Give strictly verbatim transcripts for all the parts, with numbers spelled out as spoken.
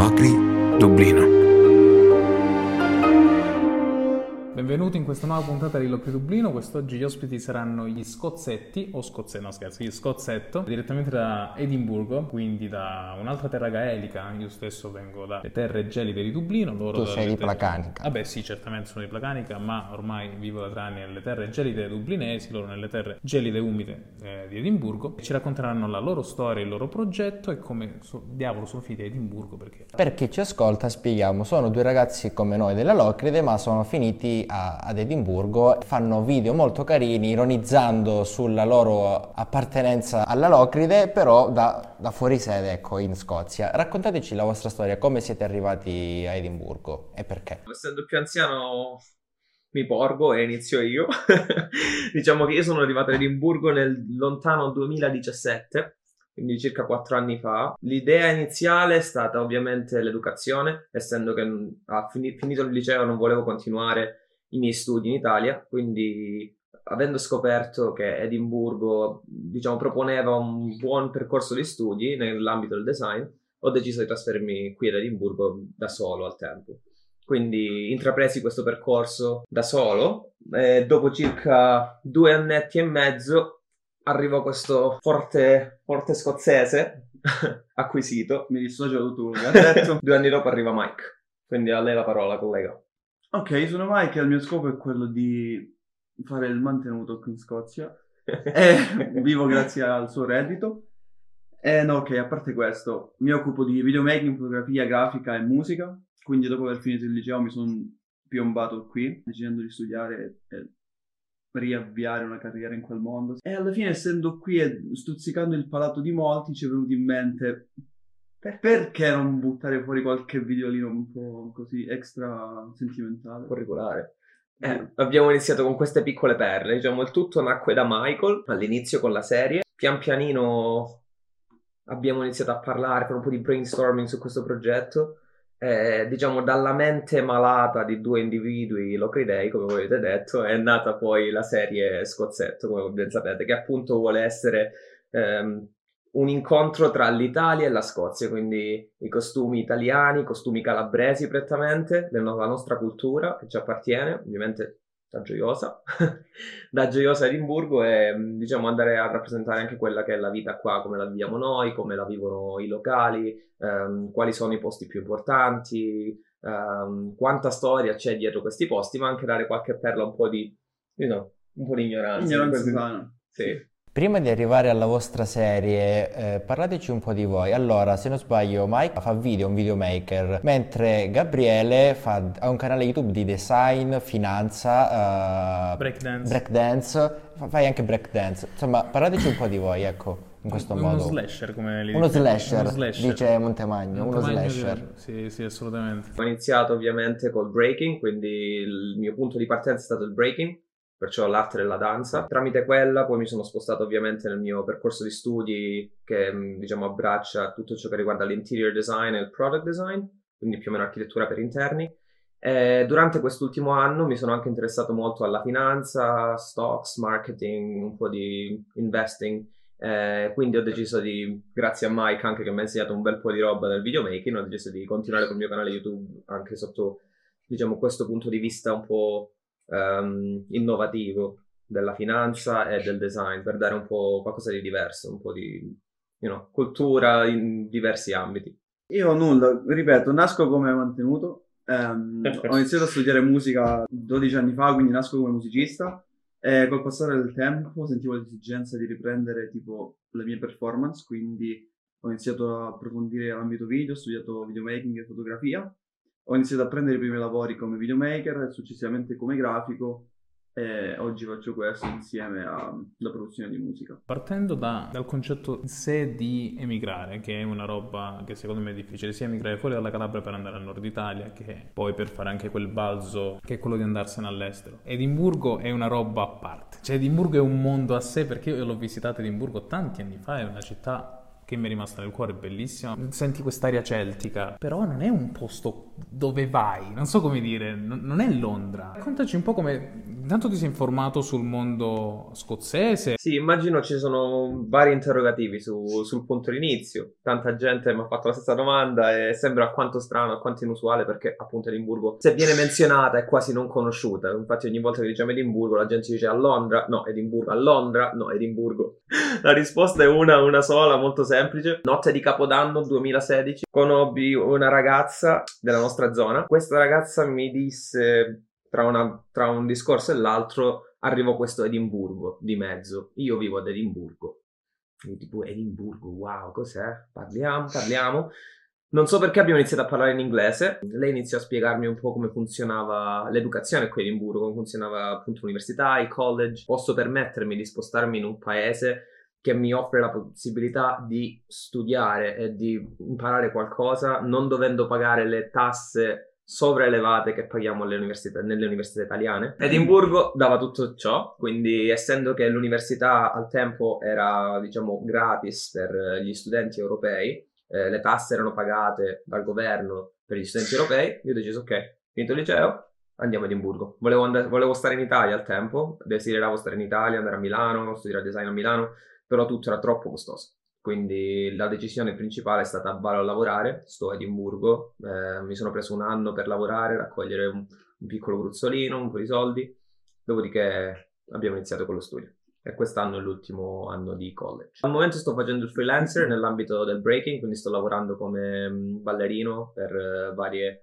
Locri, Dublino. Benvenuti in questa nuova puntata di Locri Dublino. Quest'oggi gli ospiti saranno gli Scozzetti, o Scozzetti, no scherzo, gli Scozzetto, direttamente da Edimburgo, quindi da un'altra terra gaelica. Io stesso vengo dalle terre gelide di Dublino. Loro tu sei di Placanica. Vabbè sì, certamente sono di Placanica, ma ormai vivo da tre anni nelle terre gelide dublinesi, loro nelle terre gelide e umide eh, di Edimburgo. Ci racconteranno la loro storia, il loro progetto e come so, diavolo sono finiti a Edimburgo. Perché... Per chi ci ascolta spieghiamo, sono due ragazzi come noi della Locride, ma sono finiti a, ad Edimburgo, fanno video molto carini ironizzando sulla loro appartenenza alla Locride, però da, da fuori sede, ecco, in Scozia. Raccontateci la vostra storia, come siete arrivati a Edimburgo e perché. Essendo più anziano mi porgo e inizio io. Diciamo che io sono arrivato a Edimburgo nel lontano duemiladiciassette, quindi circa quattro anni fa. L'idea iniziale è stata ovviamente l'educazione, essendo che a finito il liceo non volevo continuare i miei studi in Italia, quindi avendo scoperto che Edimburgo, diciamo, proponeva un buon percorso di studi nell'ambito del design, ho deciso di trasferirmi qui ad Edimburgo da solo al tempo. Quindi intrapresi questo percorso da solo e dopo circa due annetti e mezzo arrivò questo forte, forte scozzese acquisito. Mi dissocio da tutto quello che ha detto. Due anni dopo arriva Mike, quindi a lei la parola, collega. Ok, io sono Mike e il mio scopo è quello di fare il mantenuto qui in Scozia e vivo grazie al suo reddito. E no, ok, a parte questo, mi occupo di videomaking, fotografia, grafica e musica, quindi dopo aver finito il liceo mi sono piombato qui, decidendo di studiare e riavviare una carriera in quel mondo. E alla fine, essendo qui e stuzzicando il palato di molti, ci è venuto in mente perché non buttare fuori qualche videolino un po' così extra sentimentale, curricolare. Eh, abbiamo iniziato con queste piccole perle, diciamo, il tutto nacque da Michael all'inizio con la serie. Pian pianino abbiamo iniziato a parlare, fare un po' di brainstorming su questo progetto. Eh, diciamo, dalla mente malata di due individui locridei, come voi avete detto, è nata poi la serie Scozzetto, come ben sapete, che appunto vuole essere ehm, un incontro tra l'Italia e la Scozia, quindi i costumi italiani, i costumi calabresi prettamente, della nostra cultura che ci appartiene, ovviamente da Gioiosa, da Gioiosa Edimburgo, e diciamo andare a rappresentare anche quella che è la vita qua, come la viviamo noi, come la vivono i locali, ehm, quali sono i posti più importanti, ehm, quanta storia c'è dietro questi posti, ma anche dare qualche perla un po' di, you know, un po' di ignoranza. Ignoranza sana. Sì. Prima di arrivare alla vostra serie, eh, parlateci un po' di voi. Allora, se non sbaglio, Mike fa video, un videomaker, mentre Gabriele fa, ha un canale YouTube di design, finanza, uh, breakdance. breakdance, fai anche breakdance. Insomma, parlateci un po' di voi, ecco, in questo uno modo. Slasher, come li uno dicono. slasher, Uno slasher, dice Montemagno, uno Montemagno slasher. Di... Sì, sì, assolutamente. Ho iniziato ovviamente col breaking, quindi il mio punto di partenza è stato il breaking, perciò l'arte della danza. Tramite quella poi mi sono spostato ovviamente nel mio percorso di studi che, diciamo, abbraccia tutto ciò che riguarda l'interior design e il product design, quindi più o meno architettura per interni. E durante quest'ultimo anno mi sono anche interessato molto alla finanza, stocks, marketing, un po' di investing, eh, quindi ho deciso di, grazie a Mike anche che mi ha insegnato un bel po' di roba del videomaking, ho deciso di continuare col mio canale YouTube anche sotto, diciamo, questo punto di vista un po' Um, innovativo della finanza e del design, per dare un po' qualcosa di diverso, un po' di, you know, cultura in diversi ambiti. Io nulla, ripeto, nasco come mantenuto, um, ho iniziato a studiare musica dodici anni fa, quindi nasco come musicista e col passare del tempo sentivo l'esigenza di riprendere tipo le mie performance, quindi ho iniziato a approfondire l'ambito video, ho studiato videomaking e fotografia. Ho iniziato a prendere i primi lavori come videomaker e successivamente come grafico e oggi faccio questo insieme alla produzione di musica. Partendo da, dal concetto in sé di emigrare, che è una roba che secondo me è difficile, sia emigrare fuori dalla Calabria per andare al nord Italia che poi per fare anche quel balzo che è quello di andarsene all'estero. Edimburgo è una roba a parte, cioè Edimburgo è un mondo a sé, perché io l'ho visitata Edimburgo tanti anni fa, è una città che mi è rimasta nel cuore, è bellissima. Senti quest'aria celtica, però non è un posto dove vai, non so come dire, non, non è Londra. Raccontaci un po' come, intanto ti sei informato sul mondo scozzese. Sì, immagino ci sono vari interrogativi su, sul punto d'inizio. Tanta gente mi ha fatto la stessa domanda e sembra alquanto strano, alquanto inusuale, perché appunto Edimburgo, se viene menzionata, è quasi non conosciuta. Infatti ogni volta che diciamo Edimburgo la gente dice a Londra, no, Edimburgo, a Londra, no, Edimburgo. La risposta è una, una sola, molto semplice. Notte di Capodanno duemilasedici, conobbi una ragazza della nostra zona. Questa ragazza mi disse, tra, una, tra un discorso e l'altro, arrivò questo Edimburgo di mezzo. Io vivo ad Edimburgo. Quindi tipo, Edimburgo, wow, cos'è? Parliamo, parliamo. Non so perché abbiamo iniziato a parlare in inglese. Lei iniziò a spiegarmi un po' come funzionava l'educazione qui a Edimburgo, come funzionava appunto l'università, il college. Posso permettermi di spostarmi in un paese che mi offre la possibilità di studiare e di imparare qualcosa non dovendo pagare le tasse sovraelevate che paghiamo alle università, nelle università italiane. Edimburgo dava tutto ciò, quindi essendo che l'università al tempo era, diciamo, gratis per gli studenti europei, eh, le tasse erano pagate dal governo per gli studenti europei, io ho deciso, ok, finito il liceo, andiamo a Edimburgo. Volevo, and- volevo stare in Italia al tempo, desideravo stare in Italia, andare a Milano, studiare design a Milano, però tutto era troppo costoso. Quindi la decisione principale è stata: vado a lavorare, sto a Edimburgo, eh, mi sono preso un anno per lavorare, raccogliere un, un piccolo gruzzolino, un po' di soldi, dopodiché abbiamo iniziato con lo studio. E quest'anno è l'ultimo anno di college. Al momento sto facendo il freelancer nell'ambito del breaking, quindi sto lavorando come um, ballerino per uh, varie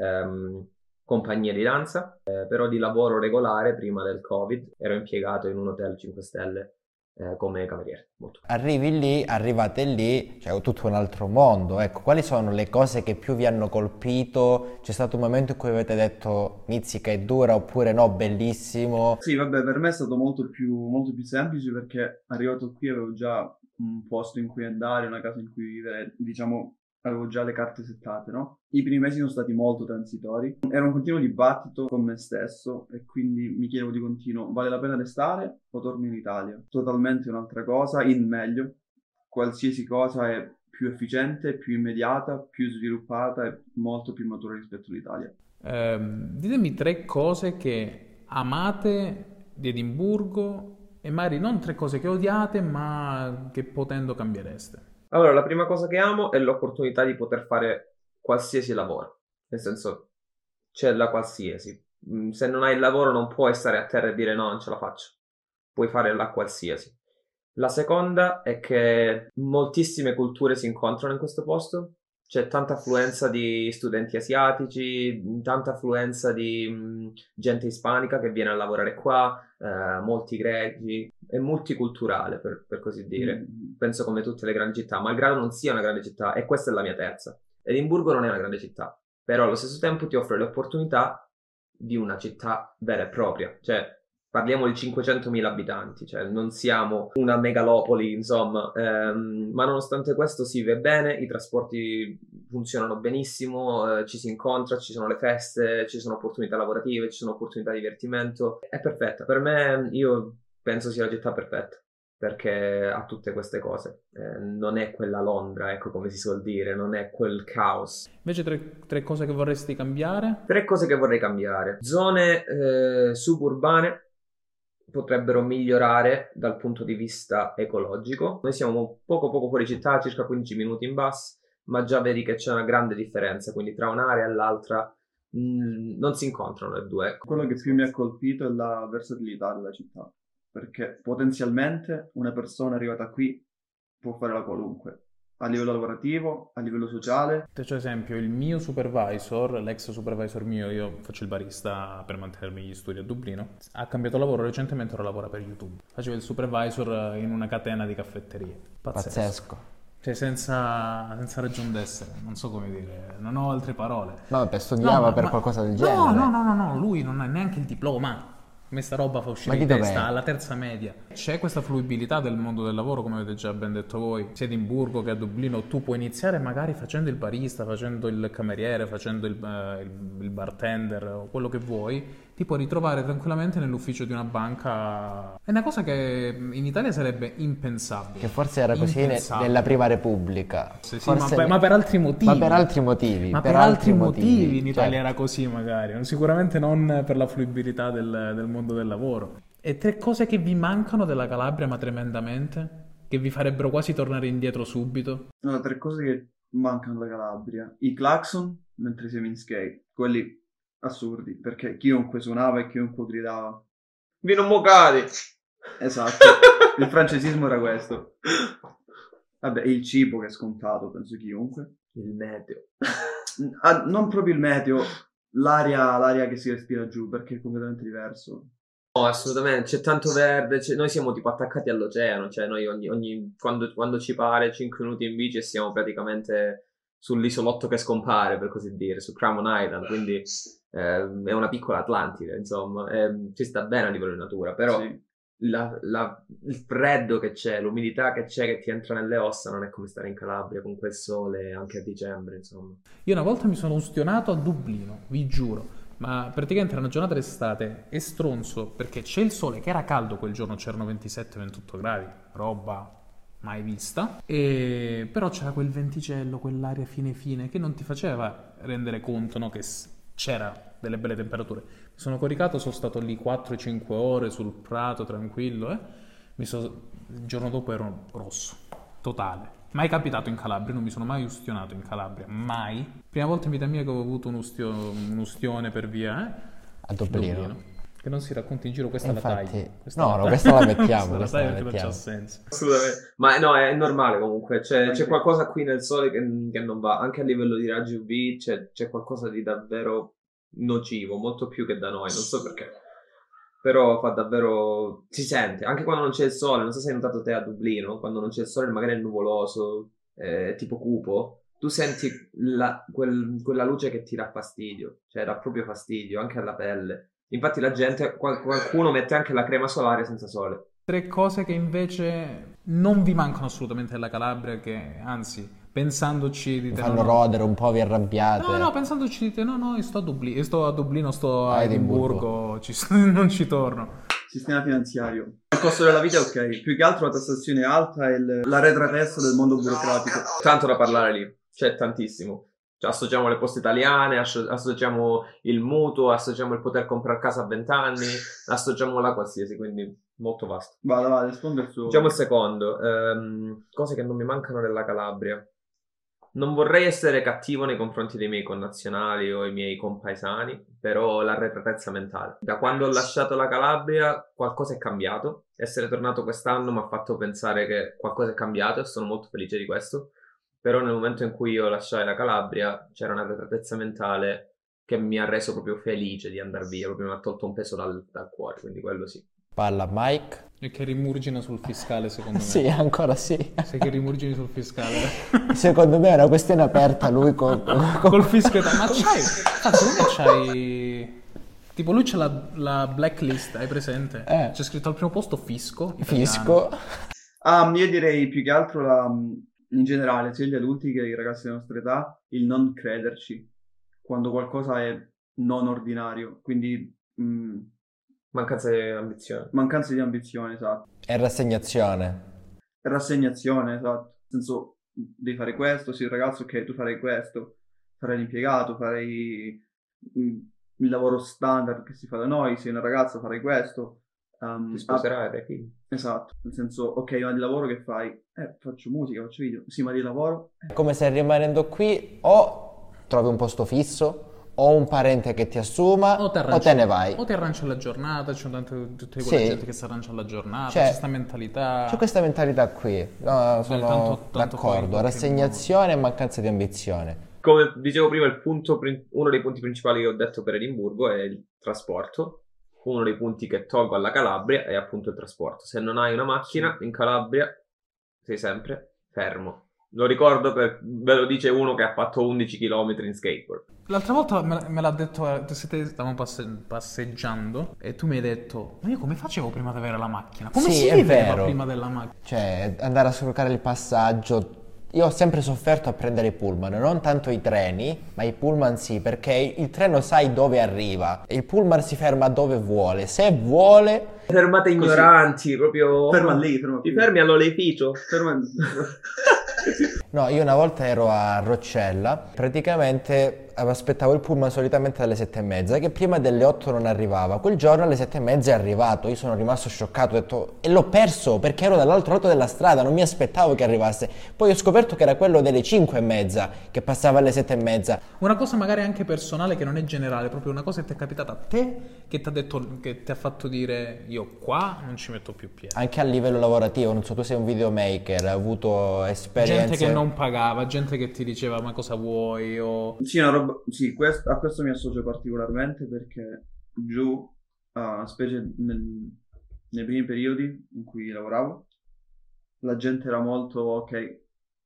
um, compagnie di danza, eh, però di lavoro regolare prima del Covid ero impiegato in un hotel cinque stelle Eh, come cameriere. Molto. Arrivi lì, arrivate lì, c'è tutto un altro mondo. Ecco, quali sono le cose che più vi hanno colpito? C'è stato un momento in cui avete detto mizzica è dura, oppure no, bellissimo? Sì, vabbè, per me è stato molto più, molto più semplice, perché arrivato qui avevo già un posto in cui andare, una casa in cui vivere, diciamo, avevo già le carte settate, no? I primi mesi sono stati molto transitori, era un continuo dibattito con me stesso e quindi mi chiedevo di continuo: vale la pena restare o torno in Italia? Totalmente un'altra cosa, in meglio. Qualsiasi cosa è più efficiente, più immediata, più sviluppata e molto più matura rispetto all'Italia. Eh, ditemi tre cose che amate di Edimburgo e magari non tre cose che odiate, ma che potendo cambiereste. Allora, la prima cosa che amo è l'opportunità di poter fare qualsiasi lavoro, nel senso, c'è la qualsiasi. Mm, Se non hai il lavoro non puoi stare a terra e dire no, non ce la faccio, puoi fare la qualsiasi. La seconda è che moltissime culture si incontrano in questo posto, c'è tanta affluenza di studenti asiatici, tanta affluenza di mh, gente ispanica che viene a lavorare qua, eh, molti greci, è multiculturale per, per così dire. Mm. Penso come tutte le grandi città, malgrado non sia una grande città, e questa è la mia terza. Edimburgo non è una grande città, però allo stesso tempo ti offre le opportunità di una città vera e propria, cioè parliamo di cinquecentomila abitanti, cioè non siamo una megalopoli, insomma, ehm, ma nonostante questo si vive bene, i trasporti funzionano benissimo, eh, ci si incontra, ci sono le feste, ci sono opportunità lavorative, ci sono opportunità di divertimento, è perfetta. Per me, io penso sia la città perfetta, perché ha tutte queste cose. Eh, non è quella Londra, ecco, come si suol dire, non è quel caos. Invece tre, tre cose che vorresti cambiare? Tre cose che vorrei cambiare. Zone eh, suburbane potrebbero migliorare dal punto di vista ecologico. Noi siamo poco poco fuori città, circa quindici minuti in bus, ma già vedi che c'è una grande differenza, quindi tra un'area e l'altra mh, non si incontrano le due. Quello che più mi ha colpito è la versatilità della città, perché potenzialmente una persona arrivata qui può fare la qualunque, a livello lavorativo, a livello sociale. Ti faccio esempio, il mio supervisor, l'ex supervisor mio, io faccio il barista per mantenermi gli studi a Dublino, ha cambiato lavoro recentemente, ora lavora per YouTube. Faceva il supervisor in una catena di caffetterie. Pazzesco. Pazzesco. Cioè senza, senza ragion d'essere, non so come dire, non ho altre parole. No, per studiava No, per ma- qualcosa del no, genere. No, no, no, no, lui non ha neanche il diploma. Come sta roba fa uscire Ma di di dov'è? testa alla terza media. C'è questa fruibilità del mondo del lavoro, come avete già ben detto voi, sia a Edimburgo che a Dublino. Tu puoi iniziare magari facendo il barista, facendo il cameriere, facendo il, eh, il- il bartender o quello che vuoi. Ti ti puoi ritrovare tranquillamente nell'ufficio di una banca. È una cosa che in Italia sarebbe impensabile. Che forse era così ne- Impensabile. nella prima Repubblica. Sì, sì, Forse- ma, per, ma per altri motivi. Ma per altri motivi. Ma per, altri motivi, in cioè, Italia era così magari. Sicuramente non per la fruibilità del, del mondo del lavoro. E tre cose che vi mancano della Calabria, ma tremendamente? Che vi farebbero quasi tornare indietro subito? No, tre cose che mancano alla Calabria. I clacson mentre siamo in skate. Quelli assurdi, perché chiunque suonava e chiunque gridava. Vino Mocati! Esatto, il francesismo era questo. Vabbè, il cibo che è scontato, penso chiunque. Il meteo. Ah, non proprio il meteo, l'aria, l'aria che si respira giù, perché è completamente diverso. No, assolutamente, c'è tanto verde, c'è- noi siamo tipo attaccati all'oceano, cioè noi ogni, ogni- quando, quando ci pare cinque minuti in bici e siamo praticamente sull'isolotto che scompare, per così dire, su Cromon Island, quindi ehm, è una piccola Atlantide, insomma, ehm, ci sta bene a livello di natura, però Sì. la- la- il freddo che c'è, l'umidità che c'è, che ti entra nelle ossa, non è come stare in Calabria con quel sole anche a dicembre, insomma. Io una volta mi sono ustionato a Dublino, vi giuro. Ma praticamente era una giornata d'estate e stronzo perché c'è il sole che era caldo quel giorno, c'erano ventisette ventotto gradi, roba mai vista. E però c'era quel venticello, quell'aria fine fine che non ti faceva rendere conto, no, che s- c'era delle belle temperature. Mi sono coricato, sono stato lì quattro cinque ore sul prato tranquillo, eh. Mi so- il giorno dopo ero rosso, totale. Mai capitato in Calabria, non mi sono mai ustionato in Calabria, mai. Prima volta in vita mia che ho avuto un, ustio- un ustione per via, eh? A Dublino. Che non si racconti in giro, questa Infatti- la tagli. no, la no, tagli. questa la mettiamo, Questa questa la la tagli perché non mettiamo. c'ha senso. Assolutamente. Ma no, è normale comunque, c'è, c'è Anche- qualcosa qui nel sole che, che non va, anche a livello di raggi U V c'è, c'è qualcosa di davvero nocivo, molto più che da noi, non so perché. Però fa davvero... si sente, anche quando non c'è il sole, non so se hai notato te a Dublino, quando non c'è il sole magari è nuvoloso, eh, tipo cupo, tu senti la- quel- quella luce che ti dà fastidio, cioè dà proprio fastidio, anche alla pelle. Infatti la gente, qual- qualcuno mette anche la crema solare senza sole. Tre cose che invece non vi mancano assolutamente della Calabria, che anzi, pensandoci Mi dite fanno no, no, rodere, un po' vi arrabbiate. no, no, pensandoci dite no, no, io sto a Dublino, io sto a Dublino, sto a A Edimburgo, Edimburgo. ci sto- non ci torno. Sistema finanziario. Il costo della vita è ok, più che altro la tassazione è alta e il- l'arretratezza del mondo burocratico. Tanto da parlare lì, c'è tantissimo. Cioè, associamo le poste italiane, asso- associamo il mutuo, associamo il poter comprare casa a venti anni, associamo la qualsiasi, quindi molto vasto. Vada, vada, risponde il suo. Diciamo il secondo, ehm, cose che non mi mancano della Calabria. Non vorrei essere cattivo nei confronti dei miei connazionali o i miei compaesani, però l'arretratezza mentale. Da quando ho lasciato la Calabria qualcosa è cambiato. Essere tornato quest'anno mi ha fatto pensare che qualcosa è cambiato e sono molto felice di questo. Però nel momento in cui io lasciai la Calabria c'era un'arretratezza mentale che mi ha reso proprio felice di andare via, proprio mi ha tolto un peso dal, dal cuore, quindi quello sì. Palla Mike. E che rimurgina sul fiscale, secondo me. Sì, ancora sì. Sai che rimurgini sul fiscale? Secondo me è una questione aperta lui con... con- Col fischio. Ma c'hai... Cazzo, non è che c'hai... Tipo lui c'ha la, la blacklist, hai presente? Eh. C'è scritto al primo posto fisco. italiano. Fisco. Ah, io direi più che altro la, in generale, sia gli adulti che i ragazzi della nostra età, il non crederci quando qualcosa è non ordinario. Quindi mh, Mancanza di ambizione. mancanza di ambizione, esatto. E rassegnazione. Rassegnazione, esatto. Nel senso, devi fare questo, sì, il ragazzo, ok, tu farai questo, farai l'impiegato, farai mm, il lavoro standard che si fa da noi, sei una ragazza, farai questo. Um, Ti sposerai, avrai figli. ah, esatto, nel senso, ok, ma di lavoro che fai? Eh, faccio musica, faccio video. Sì, ma di lavoro? Come se rimanendo qui o trovi un posto fisso o un parente che ti assuma O, o, ti arranci- te ne vai. O ti arranci alla giornata, c'è tante, tutte Sì. quella gente che si arrancia alla giornata, Cioè, c'è questa mentalità. C'è questa mentalità qui. No, sono tanto- tanto poi in d'accordo. qualche Rassegnazione e mancanza di ambizione. Come dicevo prima, il punto, prin- uno dei punti principali che ho detto per Edimburgo è il trasporto. Uno dei punti che tolgo alla Calabria è appunto il trasporto. Se non hai una macchina in Calabria sei sempre fermo. Lo ricordo, per, ve lo dice uno che ha fatto undici chilometri in skateboard. L'altra volta me, me l'ha detto, eh, siete- stavamo passe- passeggiando e tu mi hai detto, ma io come facevo prima di avere la macchina? Come Sì, si è viveva vero. prima della macchina? Cioè, andare a scaricare il passaggio Io ho sempre sofferto a prendere i pullman, non tanto i treni, ma i pullman sì, perché il treno sai dove arriva, il pullman si ferma dove vuole, se vuole... Fermate ignoranti, proprio... Ferma lì, ferma Ti qui. fermi all'oleificio? Ferma lì. No, io una volta ero a Roccella, praticamente aspettavo il pullman solitamente alle sette e mezza, che prima delle otto non arrivava. Quel giorno alle sette e mezza è arrivato, io sono rimasto scioccato, ho detto, e l'ho perso perché ero dall'altro lato della strada, non mi aspettavo che arrivasse. Poi ho scoperto che era quello delle cinque e mezza, che passava alle sette e mezza. Una cosa magari anche personale che non è generale, proprio una cosa che ti è capitata a te, che ti ha detto, che ti ha fatto dire io qua non ci metto più piede. Anche a livello lavorativo, non so, tu sei un videomaker, hai avuto esperienze... Gente che non pagava, gente che ti diceva ma cosa vuoi o... Sì, una roba, sì, quest- a questo mi associo particolarmente perché giù, ah, specie nel- nei primi periodi in cui lavoravo, la gente era molto ok,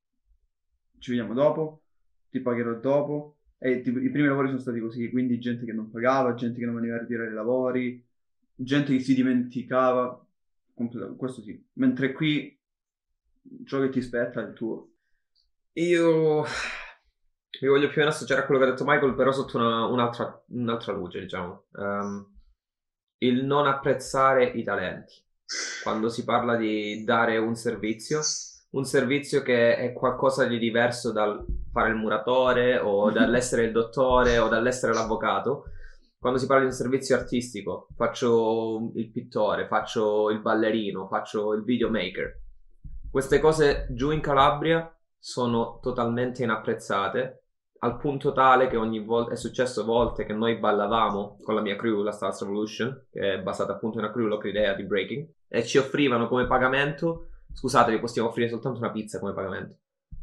ci vediamo dopo, ti pagherò dopo, e tipo, i primi lavori sono stati così, quindi gente che non pagava, gente che non veniva a ritirare i lavori, gente che si dimenticava, complet- questo sì, mentre qui ciò che ti spetta è il tuo. Io mi voglio più o meno associare a quello che ha detto Michael, però sotto una- un'altra, un'altra luce, diciamo. Ehm, il non apprezzare i talenti. Quando si parla di dare un servizio, un servizio che è qualcosa di diverso dal fare il muratore o dall'essere il dottore o dall'essere l'avvocato. Quando si parla di un servizio artistico, faccio il pittore, faccio il ballerino, faccio il videomaker. Queste cose giù in Calabria sono totalmente inapprezzate, al punto tale che ogni volta, è successo volte che noi ballavamo con la mia crew, la Stars Revolution, che è basata appunto in una crew Locridea di breaking, e ci offrivano come pagamento, scusate, vi possiamo offrire soltanto una pizza come pagamento.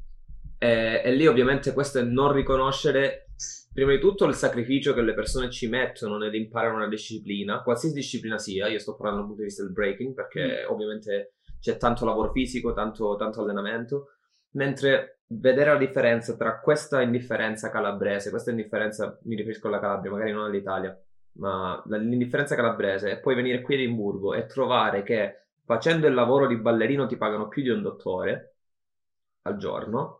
E, e lì ovviamente questo è non riconoscere prima di tutto il sacrificio che le persone ci mettono nell'imparare una disciplina, qualsiasi disciplina sia. Io sto parlando dal punto di vista del breaking, perché mm. ovviamente c'è tanto lavoro fisico, tanto, tanto allenamento, mentre vedere la differenza tra questa indifferenza calabrese, questa indifferenza, mi riferisco alla Calabria, magari non all'Italia, ma l'indifferenza calabrese, e poi venire qui a Edimburgo e trovare che facendo il lavoro di ballerino ti pagano più di un dottore al giorno,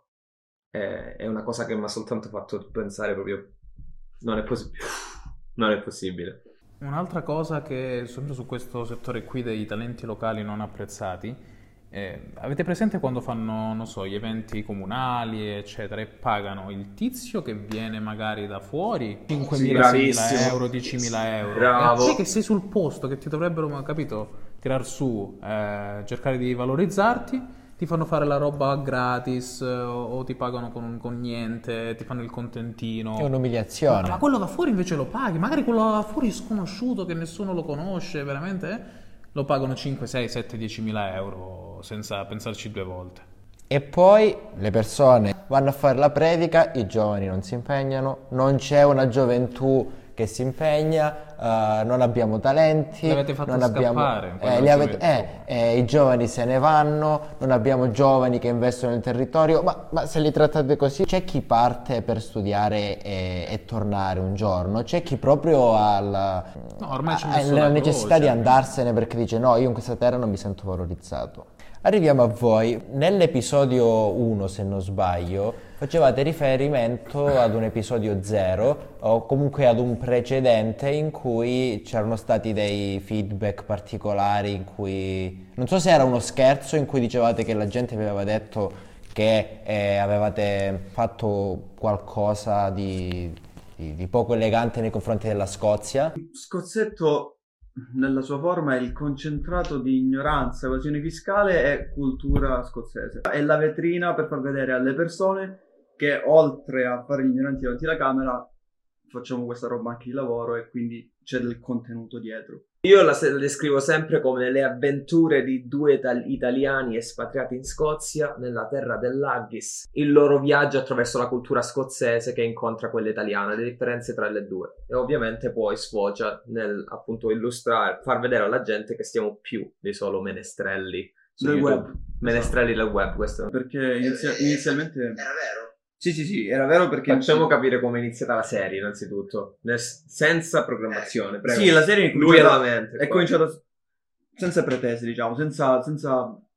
è, è una cosa che mi ha soltanto fatto pensare proprio non è possibile. Non è possibile. Un'altra cosa che, sempre su questo settore qui dei talenti locali non apprezzati, eh, avete presente quando fanno, non so, gli eventi comunali, eccetera, e pagano il tizio che viene magari da fuori cinquemila, seimila euro, diecimila euro, Bravo. e te che sei sul posto, che ti dovrebbero, capito, tirar su, eh, cercare di valorizzarti, ti fanno fare la roba gratis o, o ti pagano con, con niente, ti fanno il contentino. È un'umiliazione. Ma, ma quello da fuori invece lo paghi, magari quello da fuori sconosciuto che nessuno lo conosce, veramente, eh? Lo pagano cinque, sei, sette, diecimila euro senza pensarci due volte. E poi le persone vanno a fare la predica, i giovani non si impegnano, non c'è una gioventù che si impegna, uh, non abbiamo talenti, Li avete fatto non abbiamo, scappare, eh, li avete, eh, eh, i giovani se ne vanno, non abbiamo giovani che investono nel territorio, ma, ma se li trattate così, c'è chi parte per studiare e, e tornare un giorno, c'è chi proprio ha la, no, ormai c'è ha la necessità di andarsene perché dice no, io in questa terra non mi sento valorizzato. Arriviamo a voi. Nell'episodio uno, se non sbaglio, facevate riferimento ad un episodio zero o comunque ad un precedente in cui c'erano stati dei feedback particolari in cui, non so se era uno scherzo in cui dicevate che la gente vi aveva detto che eh, avevate fatto qualcosa di, di, di poco elegante nei confronti della Scozia. Scozzetto nella sua forma è il concentrato di ignoranza, evasione fiscale e cultura scozzese. È la vetrina per far vedere alle persone che oltre a fare gli ignoranti davanti alla camera facciamo questa roba anche di lavoro e quindi c'è del contenuto dietro. Io la, la descrivo sempre come le avventure di due itali- italiani espatriati in Scozia, nella terra dell'Haggis, il loro viaggio attraverso la cultura scozzese che incontra quella italiana, le differenze tra le due. E ovviamente poi sfocia nel appunto illustrare, far vedere alla gente che stiamo più di solo menestrelli su del YouTube. web. Menestrelli del web, questo. Perché inizia- inizialmente... Era vero? Sì, sì, sì, era vero perché... Facciamo capire come è iniziata la serie, innanzitutto. Nel- senza programmazione, prego. Sì, la serie è Lui cominciata- alla mente. è qua. cominciata senza pretese, diciamo, senza, senza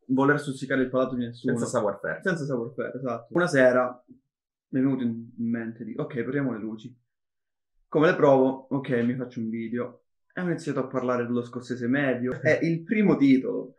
voler stuzzicare il palato di nessuno. Senza savoir-faire. Senza savoir-faire, esatto. Una sera mi è venuto in mente di, ok, proviamo le luci. Come le provo? Ok, mi faccio un video. E ho iniziato a parlare dello scozzese medio. E il primo titolo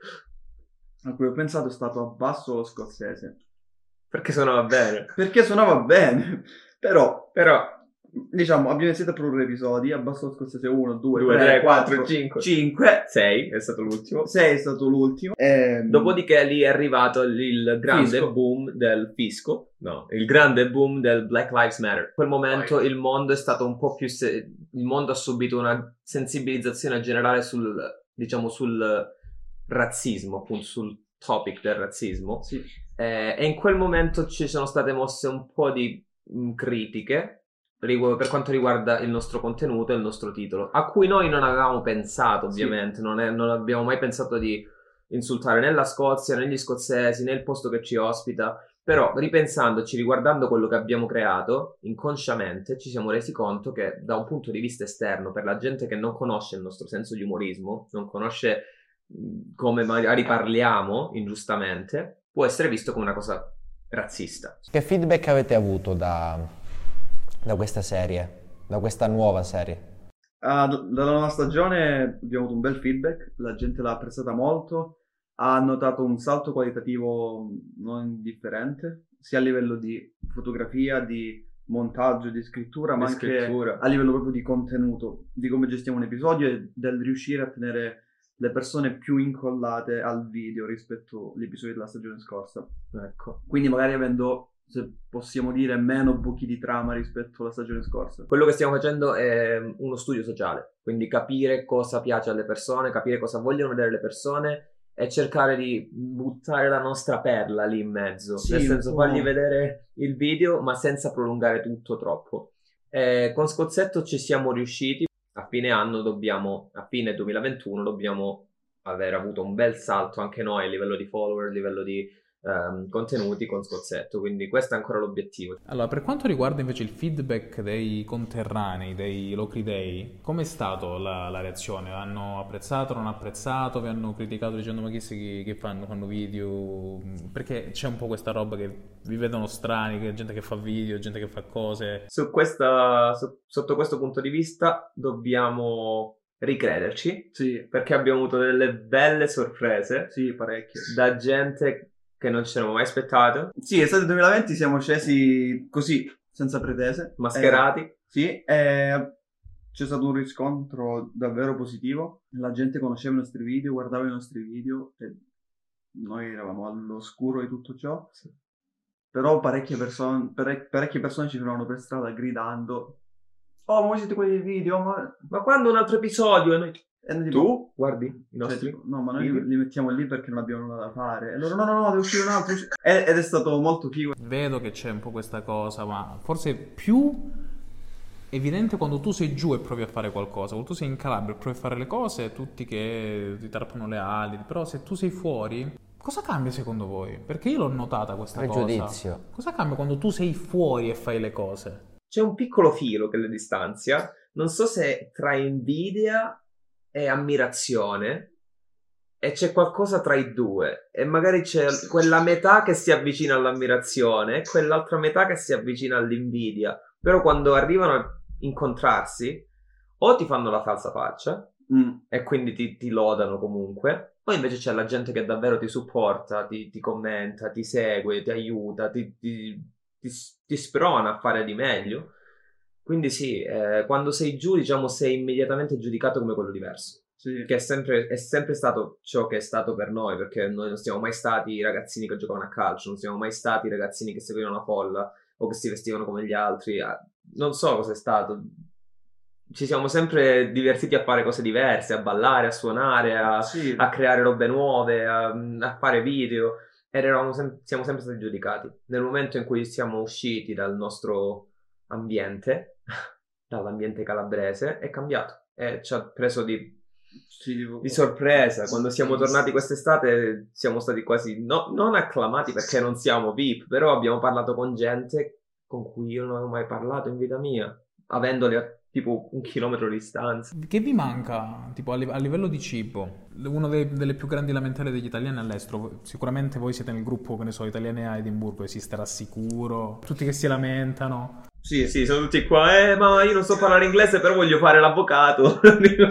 a cui ho pensato è stato Abbasso lo scozzese. Perché suonava bene. Perché suonava bene. Però, Però, diciamo, abbiamo iniziato a produrre episodi. Abbasso lo scozzese uno, due, due, tre, quattro, cinque. cinque. sei è stato l'ultimo. sei è stato l'ultimo. E... Dopodiché lì è arrivato il grande Fisco. boom del fisco. No, il grande boom del Black Lives Matter. In quel momento Right. il mondo è stato un po' più... Se- il mondo ha subito una sensibilizzazione generale sul, diciamo, sul razzismo, appunto, sul topic del razzismo. Sì. Eh, e in quel momento ci sono state mosse un po' di mh, critiche rigu- per quanto riguarda il nostro contenuto e il nostro titolo, a cui noi non avevamo pensato, ovviamente. Sì. Non, è- non abbiamo mai pensato di insultare né la Scozia, né gli scozzesi, né il posto che ci ospita. Però, ripensandoci, riguardando quello che abbiamo creato, inconsciamente ci siamo resi conto che da un punto di vista esterno, per la gente che non conosce il nostro senso di umorismo, non conosce mh, come magari parliamo ingiustamente, può essere visto come una cosa razzista. Che feedback avete avuto da, da questa serie, da questa nuova serie? Ah, d- dalla nuova stagione abbiamo avuto un bel feedback, la gente l'ha apprezzata molto, ha notato un salto qualitativo non indifferente, sia a livello di fotografia, di montaggio, di scrittura, ma Di anche scrittura. a livello proprio di contenuto, di come gestiamo un episodio e del riuscire a tenere le persone più incollate al video rispetto agli episodi della stagione scorsa. Ecco. Quindi magari avendo, se possiamo dire, meno buchi di trama rispetto alla stagione scorsa. Quello che stiamo facendo è uno studio sociale, quindi capire cosa piace alle persone, capire cosa vogliono vedere le persone e cercare di buttare la nostra perla lì in mezzo, Sì, nel un senso po'. fargli vedere il video ma senza prolungare tutto troppo. Eh, con Scozzetto ci siamo riusciti, a fine anno dobbiamo, a fine duemilaventuno dobbiamo aver avuto un bel salto anche noi a livello di follower, a livello di ehm, contenuti con Scozzetto, quindi questo è ancora l'obiettivo. Allora, per quanto riguarda invece il feedback dei conterranei, dei Locridei, com'è stata la, la reazione? Hanno apprezzato, non apprezzato? Vi hanno criticato dicendo ma chi si che fanno, fanno video? Perché c'è un po' questa roba che vi vedono strani, che gente che fa video, gente che fa cose. Su questa, su- sotto questo punto di vista dobbiamo ricrederci, Sì, perché abbiamo avuto delle belle sorprese sì, parecchio. da gente che non ci saremmo mai aspettato, Sì, estate duemilaventi siamo scesi così, senza pretese. mascherati. Eh, sì, e c'è stato un riscontro davvero positivo. La gente conosceva i nostri video, guardava i nostri video e noi eravamo all'oscuro di tutto ciò. Sì. Però parecchie persone, parec- parecchie persone ci fermavano per strada gridando: "Oh, ma voi siete quelli del video, ma..." Ma quando un altro episodio? E noi... E noi tipo, Tu guardi i cioè, nostri tipo, no, ma noi video? li mettiamo lì perché non abbiamo nulla da fare. E loro, no, no, no, deve uscire un altro. usci-" E- Ed è stato molto figo. Vedo che c'è un po' questa cosa, ma forse più evidente quando tu sei giù e provi a fare qualcosa. Quando tu sei in Calabria e provi a fare le cose, tutti che ti tarpano le ali. Però se tu sei fuori, cosa cambia secondo voi? Perché io l'ho notata questa Pregiudizio. cosa. Cosa cambia quando tu sei fuori e fai le cose? C'è un piccolo filo che le distanzia, non so se tra invidia e ammirazione, e c'è qualcosa tra i due, e magari c'è quella metà che si avvicina all'ammirazione e quell'altra metà che si avvicina all'invidia, però quando arrivano a incontrarsi o ti fanno la falsa faccia Mm. e quindi ti, ti lodano comunque, o invece c'è la gente che davvero ti supporta, ti, ti commenta, ti segue, ti aiuta, ti, ti, ti, ti sprona a fare di meglio. Quindi sì, eh, quando sei giù, diciamo, sei immediatamente giudicato come quello diverso, Sì. che è sempre, è sempre stato ciò che è stato per noi, perché noi non siamo mai stati i ragazzini che giocavano a calcio, non siamo mai stati i ragazzini che seguivano la folla o che si vestivano come gli altri. Ah, non so cosa è stato. Ci siamo sempre divertiti a fare cose diverse, a ballare, a suonare, a, Sì. a creare robe nuove, a, a fare video, ed eravamo sem- siamo sempre stati giudicati. Nel momento in cui siamo usciti dal nostro ambiente, dall'ambiente calabrese, è cambiato e ci ha preso di, Sì, tipo- di sorpresa. Quando siamo tornati quest'estate siamo stati quasi no- non acclamati perché non siamo V I P, però abbiamo parlato con gente con cui io non avevo mai parlato in vita mia, avendoli a tipo un chilometro di distanza. Che vi manca, tipo a, li- a livello di cibo? Una dei- delle più grandi lamentele degli italiani all'estero, sicuramente voi siete nel gruppo, che ne so, italiani a Edimburgo, esisterà sicuro, tutti che si lamentano. Sì, sì, sono tutti qua, eh, ma io non so parlare inglese, però voglio fare l'avvocato.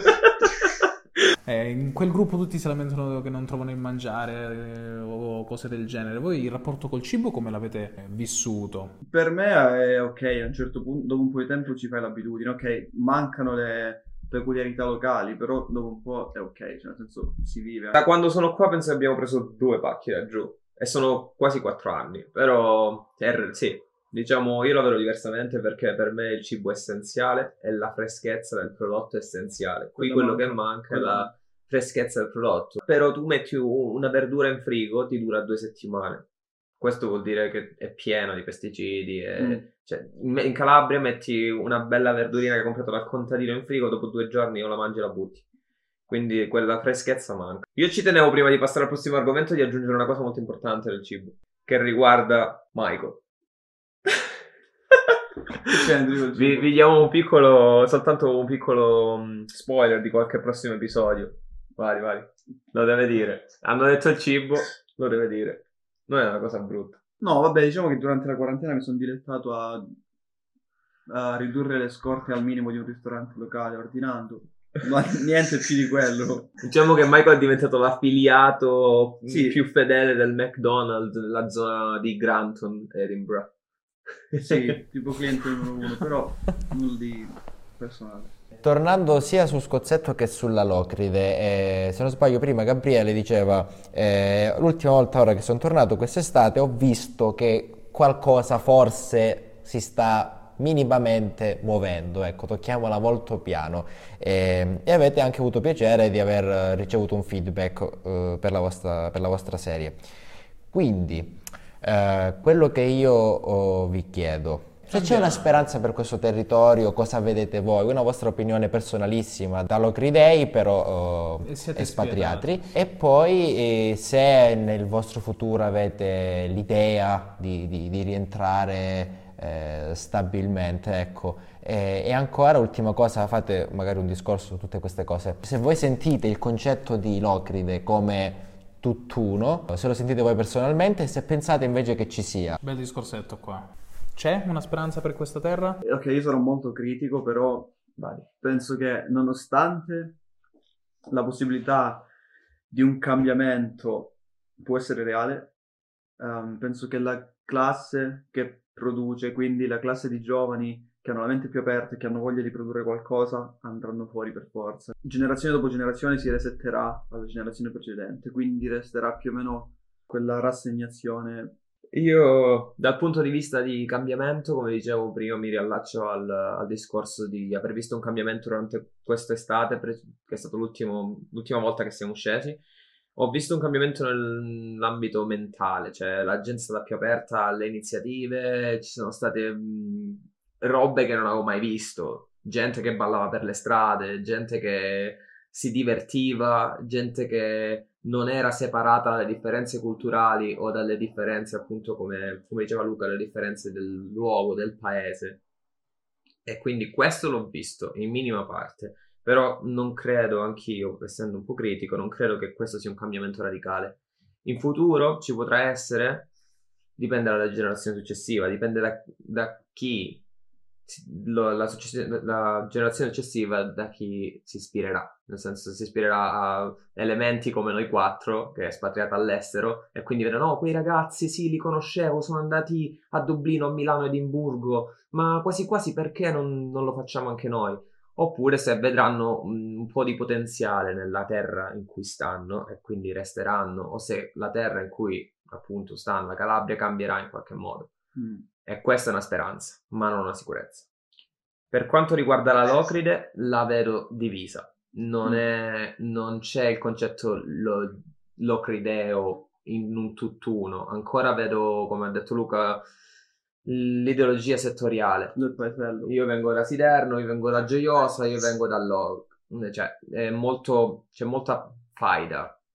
Eh, in quel gruppo tutti si lamentano che non trovano il mangiare eh, o cose del genere. Voi il rapporto col cibo come l'avete eh, vissuto? Per me è ok, a un certo punto, dopo un po' di tempo ci fai l'abitudine, ok, mancano le peculiarità locali, però dopo un po' è ok, cioè nel senso si vive. Da quando sono qua penso che abbiamo preso due pacchi laggiù e sono quasi quattro anni, però er, sì, diciamo io la vedo diversamente perché per me il cibo è essenziale e la freschezza del prodotto è essenziale. Qui quello che manca è la freschezza del prodotto. Però tu metti una verdura in frigo, ti dura due settimane. Questo vuol dire che è pieno di pesticidi. E, Mm. cioè, in in Calabria metti una bella verdurina che hai comprato dal contadino in frigo, dopo due giorni o la mangi e la butti. Quindi quella freschezza manca. Io ci tenevo, prima di passare al prossimo argomento, di aggiungere una cosa molto importante del cibo, che riguarda Michael. vi, vi diamo un piccolo, soltanto un piccolo um, spoiler di qualche prossimo episodio. Vai, vai. Lo deve dire. Hanno detto il cibo, lo deve dire. Non è una cosa brutta. No, vabbè, diciamo che durante la quarantena mi sono dilettato a, a ridurre le scorte al minimo di un ristorante locale ordinando, ma niente più di quello. Diciamo che Michael è diventato l'affiliato Sì. più fedele del McDonald's nella zona di Granton, Edinburgh. Sì, tipo cliente numero uno, però nulla di personale. Tornando sia su Scozzetto che sulla Locride, eh, se non sbaglio prima Gabriele diceva eh, l'ultima volta ora che sono tornato quest'estate ho visto che qualcosa forse si sta minimamente muovendo, ecco, tocchiamola molto piano eh, e avete anche avuto piacere di aver ricevuto un feedback eh, per la vostra, per la vostra serie. Quindi eh, quello che io oh, vi chiedo, se c'è una speranza per questo territorio, cosa vedete voi? Una vostra opinione personalissima da Locridei, però E eh, siete espatriati. E poi eh, se nel vostro futuro avete l'idea di, di- di rientrare eh, stabilmente, ecco. E, e ancora, ultima cosa, fate magari un discorso su tutte queste cose. Se voi sentite il concetto di Locride come tutt'uno, se lo sentite voi personalmente, se pensate invece che ci sia. Bel discorsetto qua. C'è una speranza per questa terra? Ok, io sarò molto critico, però Vai. penso che nonostante la possibilità di un cambiamento può essere reale, ehm, penso che la classe che produce, quindi la classe di giovani che hanno la mente più aperta e che hanno voglia di produrre qualcosa, andranno fuori per forza. Generazione dopo generazione si resetterà alla generazione precedente, quindi resterà più o meno quella rassegnazione. Io, dal punto di vista di cambiamento, come dicevo prima, mi riallaccio al, al discorso di aver visto un cambiamento durante quest'estate, pre- che è stata l'ultimo, l'ultima volta che siamo scesi. Ho visto un cambiamento nell'ambito mentale, cioè la gente è stata più aperta alle iniziative, ci sono state mh, robe che non avevo mai visto, gente che ballava per le strade, gente che si divertiva, gente che non era separata dalle differenze culturali o dalle differenze, appunto, come, come diceva Luca, le differenze del luogo, del paese. E quindi questo l'ho visto in minima parte, però non credo, anch'io, essendo un po' critico, non credo che questo sia un cambiamento radicale. In futuro ci potrà essere, dipende dalla generazione successiva, dipende da, da chi, lo- la, successi- la generazione successiva, da chi si ispirerà. Nel senso, si ispirerà a elementi come noi quattro, che è espatriata all'estero, e quindi vedrà, no, quei ragazzi, sì, li conoscevo, sono andati a Dublino, a Milano, Edimburgo, ma quasi quasi perché non, non lo facciamo anche noi? Oppure se vedranno un, un po' di potenziale nella terra in cui stanno e quindi resteranno, o se la terra in cui appunto stanno, la Calabria, cambierà in qualche modo. Mm. E questa è una speranza, ma non una sicurezza. Per quanto riguarda la Locride, la vedo divisa. Non, Mm. è, non c'è il concetto lo, locrideo in un tutt'uno. Ancora vedo, come ha detto Luca, l'ideologia settoriale. Del paesello. Io vengo da Siderno, io vengo da Gioiosa, io vengo da Log. Cioè, è molto, c'è molta faida.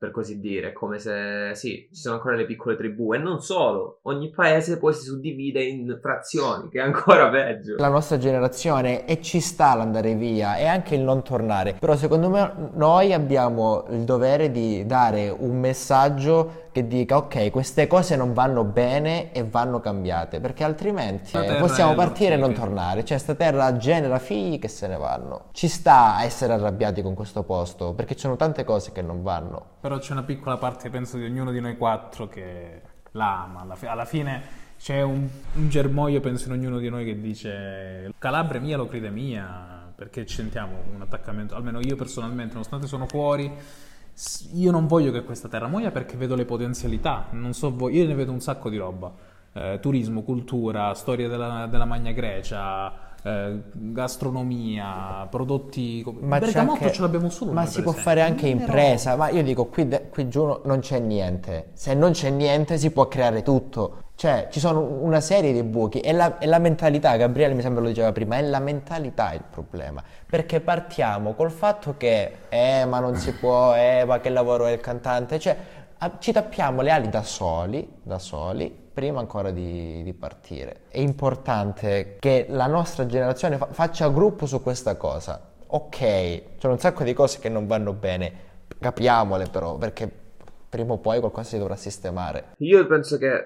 per così dire, come se sì, ci sono ancora le piccole tribù e non solo, ogni paese poi si suddivide in frazioni, che è ancora peggio. La nostra generazione, e ci sta l'andare via e anche il non tornare, però secondo me noi abbiamo il dovere di dare un messaggio che dica ok, queste cose non vanno bene e vanno cambiate, perché altrimenti eh, possiamo partire e non tornare, cioè sta terra genera figli che se ne vanno. Ci sta a essere arrabbiati con questo posto, perché ci sono tante cose che non vanno. Però c'è una piccola parte, penso, di ognuno di noi quattro che la ama. Alla, fi- alla fine c'è un, un germoglio, penso, in ognuno di noi che dice Calabria mia, Locride mia, perché ci sentiamo un attaccamento, almeno io personalmente, nonostante sono fuori, io non voglio che questa terra muoia perché vedo le potenzialità, non so voi, io ne vedo un sacco di roba, eh, turismo, cultura, storia della, della Magna Grecia, eh, gastronomia, prodotti. Ma Bergamotto anche, ce l'abbiamo solo. ma noi, si per può esempio. fare anche impresa. Ma io dico qui, de- qui giù non c'è niente. Se non c'è niente si può creare tutto. Cioè ci sono una serie di buchi e la, e la mentalità, Gabriele mi sembra lo diceva prima, è la mentalità il problema, perché partiamo col fatto che eh ma non si può, eh ma che lavoro è il cantante, cioè a- ci tappiamo le ali da soli, da soli prima ancora di, di partire. È importante che la nostra generazione fa- faccia gruppo su questa cosa. Ok, ci sono un sacco di cose che non vanno bene, capiamole però, perché prima o poi qualcosa si dovrà sistemare. Io penso che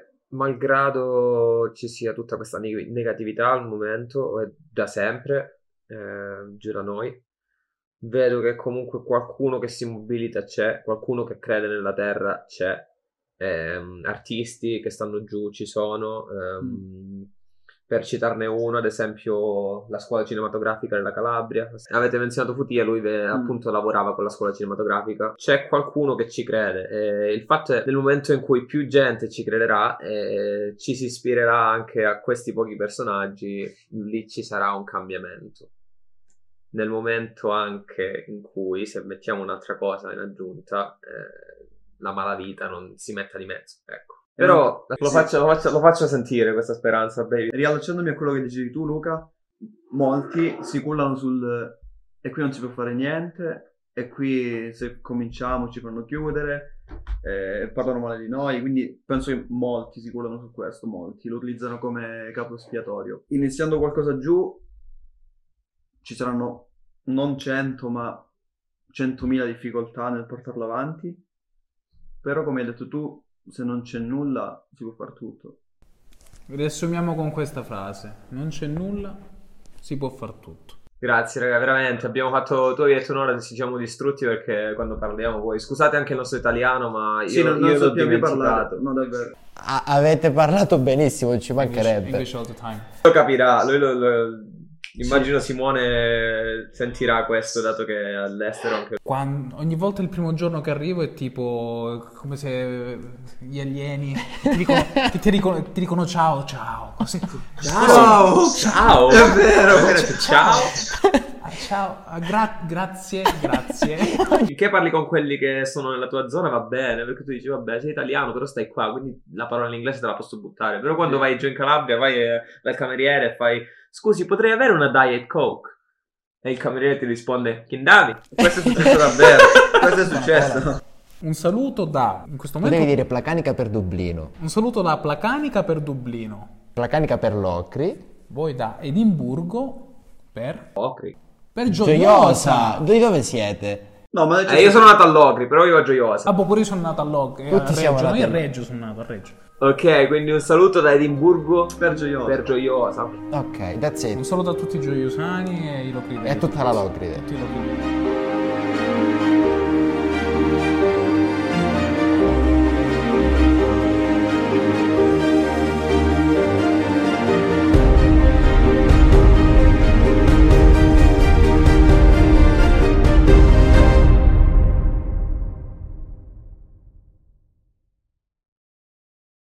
malgrado ci sia tutta questa neg- negatività al momento, e da sempre, eh, giù da noi, vedo che comunque qualcuno che si mobilita c'è, qualcuno che crede nella terra c'è, ehm, artisti che stanno giù ci sono, ehm, mm. Per citarne uno, ad esempio la scuola cinematografica della Calabria. Avete menzionato Futia, lui ve- mm. appunto lavorava con la scuola cinematografica. C'è qualcuno che ci crede, e il fatto è nel momento in cui più gente ci crederà e ci si ispirerà anche a questi pochi personaggi, lì ci sarà un cambiamento. Nel momento anche in cui, se mettiamo un'altra cosa in aggiunta, eh, la malavita non si metta di mezzo, ecco. Però lo faccio, lo, faccio, lo faccio sentire questa speranza, baby. Riallacciandomi a quello che dicevi tu, Luca, molti si cullano sul e qui non si può fare niente, e qui se cominciamo ci fanno chiudere, eh, parlano male di noi, quindi penso che molti si cullano su questo, molti lo utilizzano come capo espiatorio. Iniziando qualcosa giù ci saranno non cento ma centomila difficoltà nel portarlo avanti, però come hai detto tu, se non c'è nulla si può fare tutto. Riassumiamo con questa frase: non c'è nulla, si può far tutto. Grazie raga, veramente abbiamo fatto, tu hai detto un'ora, ci siamo distrutti perché quando parliamo poi, scusate anche il nostro italiano, ma io, sì, non, io non l'ho sappiamo dimenticato. parlare, no davvero. A- avete parlato benissimo, ci mancherebbe. English, English all the time. Lo capirà, lui lo, lo, immagino sì. Simone sentirà questo, dato che è all'estero anche. Quando, ogni volta il primo giorno che arrivo è tipo come se gli alieni ti dicono, ti, ti dicono, ti dicono ciao, ciao, così. Ciao, ciao, è vero, ciao, ciao. Ah, ciao, ah, gra- grazie, grazie. Che parli con quelli che sono nella tua zona va bene, perché tu dici vabbè sei italiano però stai qua, quindi la parola in inglese te la posso buttare, però quando vai giù in Calabria vai eh, dal cameriere e fai scusi potrei avere una Diet Coke? E il cameriere ti risponde Kindavi. Questo è successo davvero, questo è successo. Un saluto da, in questo Tu momento, devi dire Placanica per Dublino, un saluto da Placanica per Dublino, Placanica per Locri, voi da Edimburgo per, Ocri. per Gioiosa. Gioiosa. Di dove siete? No, ma Eh, io sono nato a Locri, però io a Gioiosa. Ah, boh, pure io sono nato a Log, eh, a Tutti siamo Reggio, nati io a a- Reggio sono nato, a Reggio. Ok, quindi un saluto da Edimburgo per Gioiosa. per Gioiosa. Ok, that's Un it. saluto a tutti i gioiosani e i locridi. È tutta la Locride. Tutti i locridi.